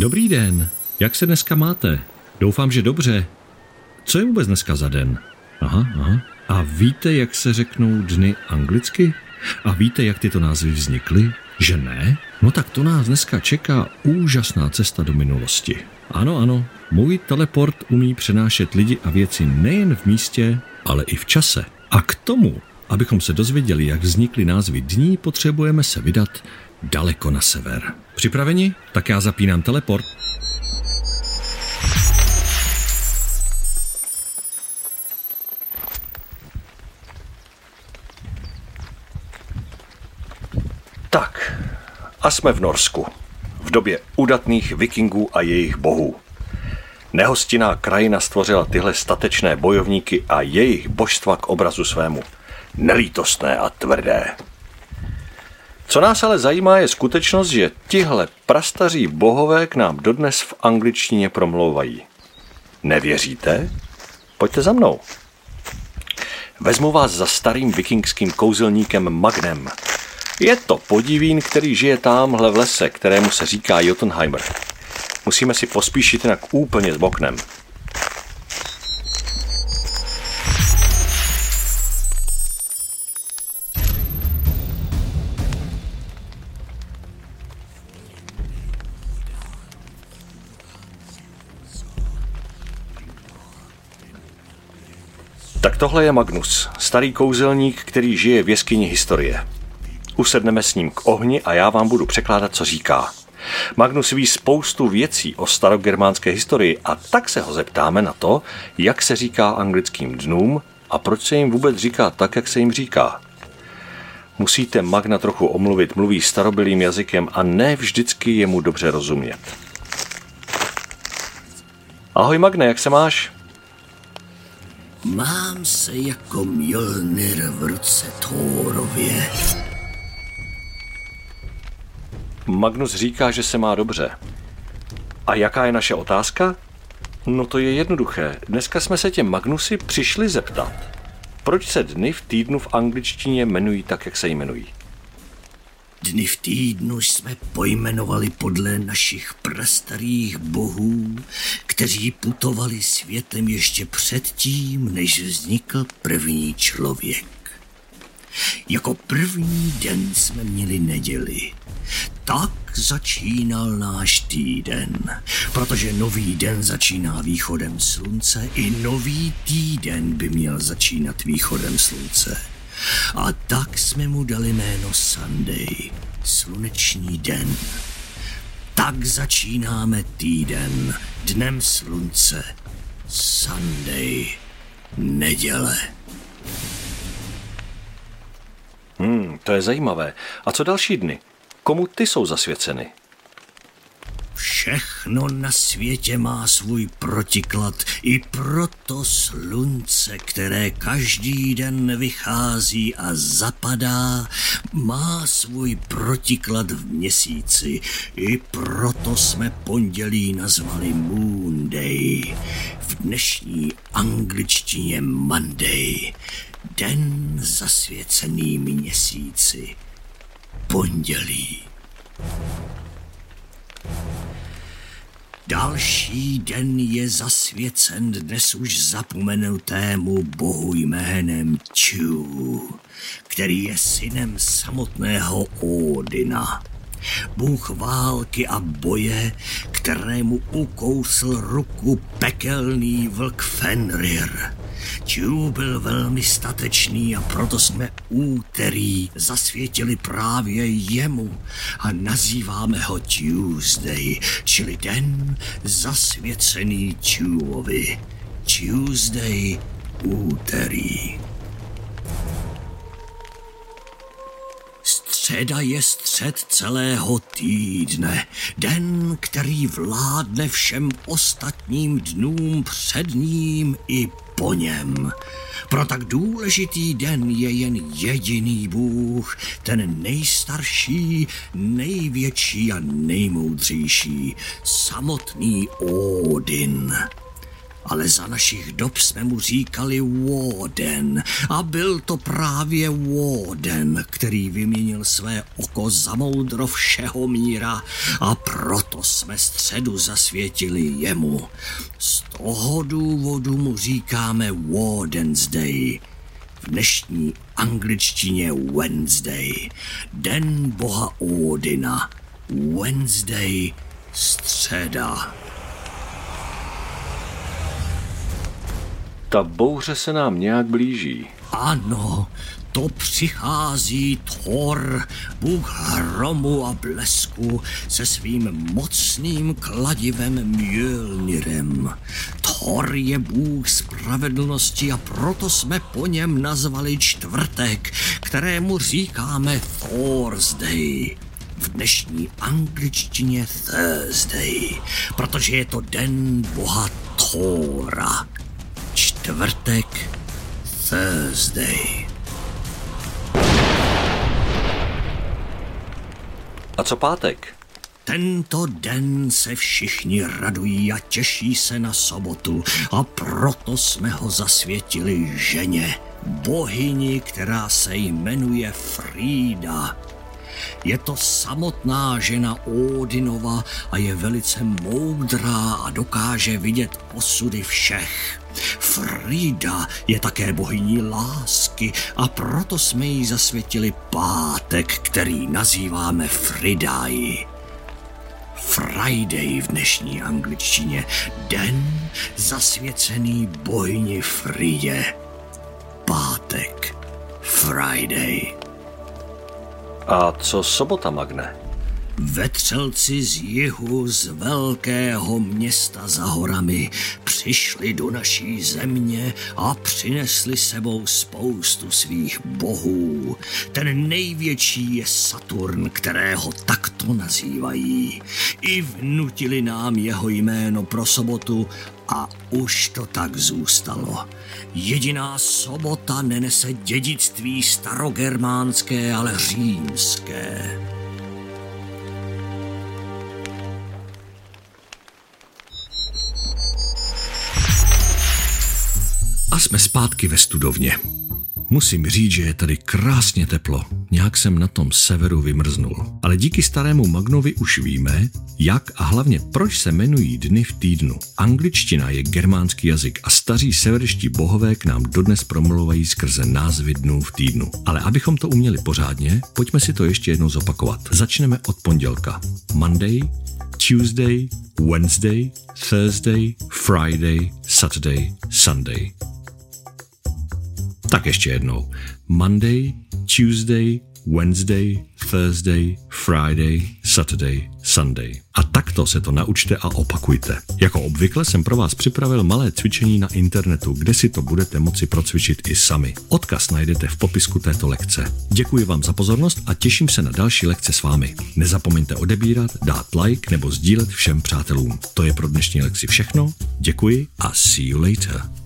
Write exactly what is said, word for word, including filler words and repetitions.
Dobrý den, jak se dneska máte? Doufám, že dobře. Co je vůbec dneska za den? Aha, aha. A víte, jak se řeknou dny anglicky? A víte, jak tyto názvy vznikly? Že ne? No tak to nás dneska čeká úžasná cesta do minulosti. Ano, ano, můj teleport umí přenášet lidi a věci nejen v místě, ale i v čase. A k tomu, abychom se dozvěděli, jak vznikly názvy dní, potřebujeme se vydat daleko na sever. Připraveni? Tak já zapínám teleport. Tak, a jsme v Norsku, v době udatných vikingů a jejich bohů. Nehostinná krajina stvořila tyhle statečné bojovníky a jejich božstva k obrazu svému. Nelítostné a tvrdé. Co nás ale zajímá, je skutečnost, že tihle prastaří bohové k nám dodnes v angličtině promlouvají. Nevěříte? Pojďte za mnou. Vezmu vás za starým vikingským kouzelníkem Magnem. Je to podivín, který žije támhle v lese, kterému se říká Jotunheimer. Musíme si pospíšit, jinak úplně zboknem. Tak tohle je Magnus, starý kouzelník, který žije v jeskyni historie. Usedneme s ním k ohni a já vám budu překládat, co říká. Magnus ví spoustu věcí o starogermánské historii a tak se ho zeptáme na to, jak se říká anglickým dnům a proč se jim vůbec říká tak, jak se jim říká. Musíte Magna trochu omluvit, mluví starobylým jazykem a ne vždycky je mu dobře rozumět. Ahoj Magne, jak se máš? Mám se jako Mjolnir v ruce Thorově. Magnus říká, že se má dobře. A jaká je naše otázka? No to je jednoduché. Dneska jsme se tě Magnusi přišli zeptat. Proč se dny v týdnu v angličtině jmenují tak, jak se jmenují? Dny v týdnu jsme pojmenovali podle našich prastarých bohů, kteří putovali světem ještě předtím, než vznikl první člověk. Jako první den jsme měli neděli. Tak začínal náš týden, protože nový den začíná východem slunce, i nový týden by měl začínat východem slunce. A tak jsme mu dali jméno Sunday, sluneční den. Tak začínáme týden, dnem slunce, Sunday, neděle. Hmm, to je zajímavé. A co další dny? Komu ty jsou zasvěceny? Všechno na světě má svůj protiklad, i proto slunce, které každý den vychází a zapadá, má svůj protiklad v měsíci. I proto jsme pondělí nazvali Moon Day, v dnešní angličtině Monday, den zasvěcený měsíci, pondělí. Další den je zasvěcen dnes už zapomenutému bohu jménem Tju, který je synem samotného Odina. Bůh války a boje, kterému ukousl ruku pekelný vlk Fenrir. Tju byl velmi statečný a proto jsme úterý zasvětili právě jemu a nazýváme ho Tuesday, čili den zasvěcený Tjuovi. Tuesday, úterý. Středa je střed celého týdne, den, který vládne všem ostatním dnům před ním i po něm. Pro tak důležitý den je jen jediný Bůh, ten nejstarší, největší a nejmoudřejší, samotný Odin. ale za našich dob jsme mu říkali Woden a byl to právě Woden, který vyměnil své oko za moudro všeho míra a proto jsme středu zasvětili jemu. Z toho důvodu mu říkáme Woden's Day. V dnešní angličtině Wednesday, den boha Odina. Wednesday, středa. Ta bouře se nám nějak blíží. Ano, to přichází Thor, bůh hromu a blesku, se svým mocným kladivem Mjölnirem. Thor je bůh spravedlnosti a proto jsme po něm nazvali čtvrtek, kterému říkáme Thor's Day. V dnešní angličtině Thursday, protože je to den boha Thora. Čtvrtek, Thursday. A co pátek? Tento den se všichni radují a těší se na sobotu a proto jsme ho zasvětili ženě, bohyni, která se jmenuje Frida. Je to samotná žena Odinova a je velice moudrá a dokáže vidět osudy všech. Frida je také bohyní lásky a proto jsme jí zasvětili pátek, který nazýváme Friday. Friday v dnešní angličtině, den zasvěcený bohyni Fridě. Pátek, Friday. A co sobota, Magne? Vetřelci z jihu, z velkého města za horami, přišli do naší země a přinesli sebou spoustu svých bohů. Ten největší je Saturn, kterého takto nazývají. I vnutili nám jeho jméno pro sobotu a už to tak zůstalo. Jediná sobota nenese dědictví starogermánské, ale římské. A jsme zpátky ve studovně. Musím říct, že je tady krásně teplo. Nějak jsem na tom severu vymrznul. Ale díky starému Magnovi už víme, jak a hlavně proč se jmenují dny v týdnu. Angličtina je germánský jazyk a staří severští bohové k nám dodnes promluvají skrze názvy dnů v týdnu. Ale abychom to uměli pořádně, pojďme si to ještě jednou zopakovat. Začneme od pondělka. Monday, Tuesday, Wednesday, Thursday, Friday, Saturday, Sunday. Tak ještě jednou. Monday, Tuesday, Wednesday, Thursday, Friday, Saturday, Sunday. A takto se to naučte a opakujte. Jako obvykle jsem pro vás připravil malé cvičení na internetu, kde si to budete moci procvičit i sami. Odkaz najdete v popisku této lekce. Děkuji vám za pozornost a těším se na další lekce s vámi. Nezapomeňte odebírat, dát like nebo sdílet všem přátelům. To je pro dnešní lekci všechno. Děkuji a see you later.